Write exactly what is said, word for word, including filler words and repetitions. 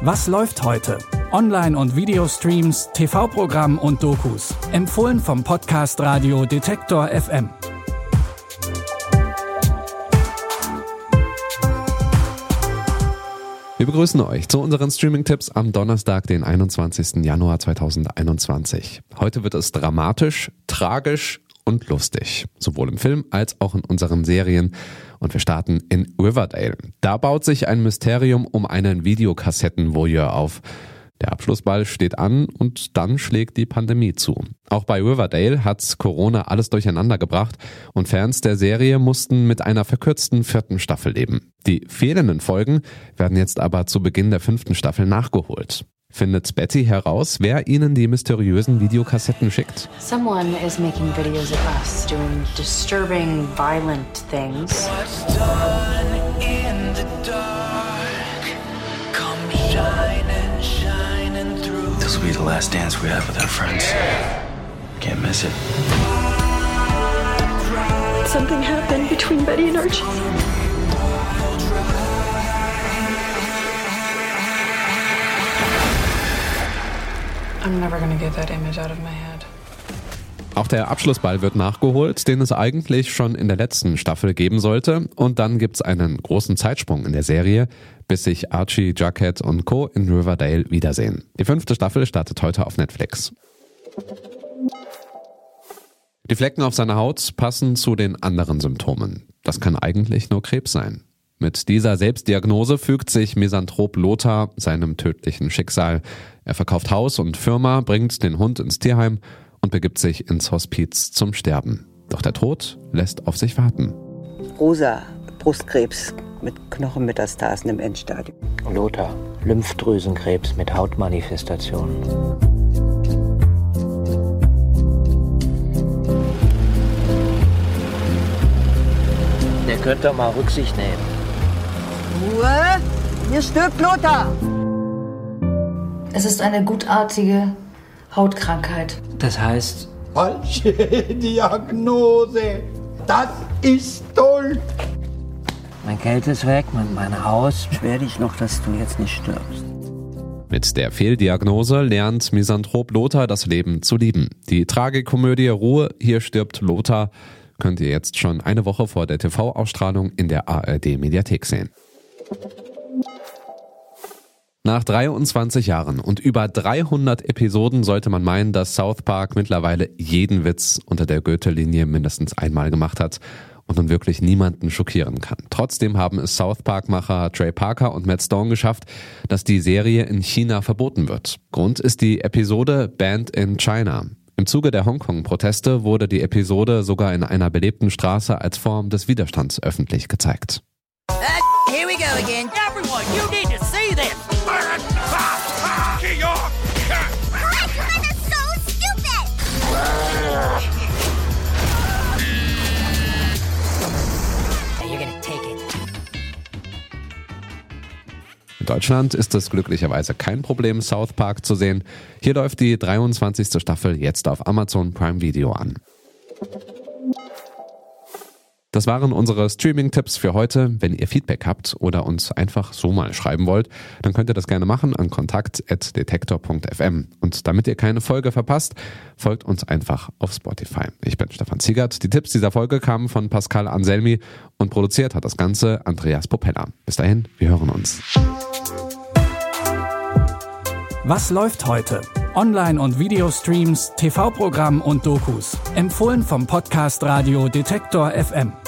Was läuft heute? Online- und Videostreams, T V-Programm und Dokus. Empfohlen vom Podcast Radio Detektor F M. Wir begrüßen euch zu unseren Streaming-Tipps am Donnerstag, den einundzwanzigsten Januar zweitausendeinundzwanzig. Heute wird es dramatisch, tragisch und lustig, sowohl im Film als auch in unseren Serien. Und wir starten in Riverdale. Da baut sich ein Mysterium um einen Videokassetten-Voyeur auf. Der Abschlussball steht an und dann schlägt die Pandemie zu. Auch bei Riverdale hat Corona alles durcheinander gebracht und Fans der Serie mussten mit einer verkürzten vierten Staffel leben. Die fehlenden Folgen werden jetzt aber zu Beginn der fünften Staffel nachgeholt. Findet Betty heraus, wer ihnen die mysteriösen Videokassetten schickt? Someone is making videos of us doing disturbing, violent things. What's done in the dark comes shining, shining through. This will be the last dance we have with our friends. Can't miss it. Something happened between Betty and Archie. I'm never gonna get that image out of my head. Auch der Abschlussball wird nachgeholt, den es eigentlich schon in der letzten Staffel geben sollte. Und dann gibt's einen großen Zeitsprung in der Serie, bis sich Archie, Jughead und Co. in Riverdale wiedersehen. Die fünfte Staffel startet heute auf Netflix. Die Flecken auf seiner Haut passen zu den anderen Symptomen. Das kann eigentlich nur Krebs sein. Mit dieser Selbstdiagnose fügt sich Misanthrop Lothar seinem tödlichen Schicksal. Er verkauft Haus und Firma, bringt den Hund ins Tierheim und begibt sich ins Hospiz zum Sterben. Doch der Tod lässt auf sich warten. Rosa, Brustkrebs mit Knochenmetastasen im Endstadium. Lothar, Lymphdrüsenkrebs mit Hautmanifestationen. Der könnte doch mal Rücksicht nehmen. Ruhe! Hier stirbt Lothar! Es ist eine gutartige Hautkrankheit. Das heißt, Falsche Diagnose. Das ist toll. mein Geld ist weg, mein, mein Haus. Schwer dich noch, dass du jetzt nicht stirbst. Mit der Fehldiagnose lernt Misanthrop Lothar das Leben zu lieben. Die Tragikomödie Ruhe, hier stirbt Lothar könnt ihr jetzt schon eine Woche vor der T V-Ausstrahlung in der A R D-Mediathek sehen. Nach dreiundzwanzig Jahren und über dreihundert Episoden sollte man meinen, dass South Park mittlerweile jeden Witz unter der Goethe-Linie mindestens einmal gemacht hat und nun wirklich niemanden schockieren kann. Trotzdem haben es South Park-Macher Trey Parker und Matt Stone geschafft, dass die Serie in China verboten wird. Grund ist die Episode Banned in China. Im Zuge der Hongkong-Proteste wurde die Episode sogar in einer belebten Straße als Form des Widerstands öffentlich gezeigt. Uh, here we go again. Everyone, you need to see this. You're gonna take it. In Deutschland ist es glücklicherweise kein Problem, South Park zu sehen. Hier läuft die dreiundzwanzigste Staffel jetzt auf Amazon Prime Video an. Das waren unsere Streaming-Tipps für heute. Wenn ihr Feedback habt oder uns einfach so mal schreiben wollt, dann könnt ihr das gerne machen an kontakt at detektor punkt f m. Und damit ihr keine Folge verpasst, folgt uns einfach auf Spotify. Ich bin Stefan Ziegert. Die Tipps dieser Folge kamen von Pascal Anselmi und produziert hat das Ganze Andreas Popella. Bis dahin, wir hören uns. Was läuft heute? Online- und Videostreams, T V-Programm und Dokus. Empfohlen vom Podcast Radio Detektor F M.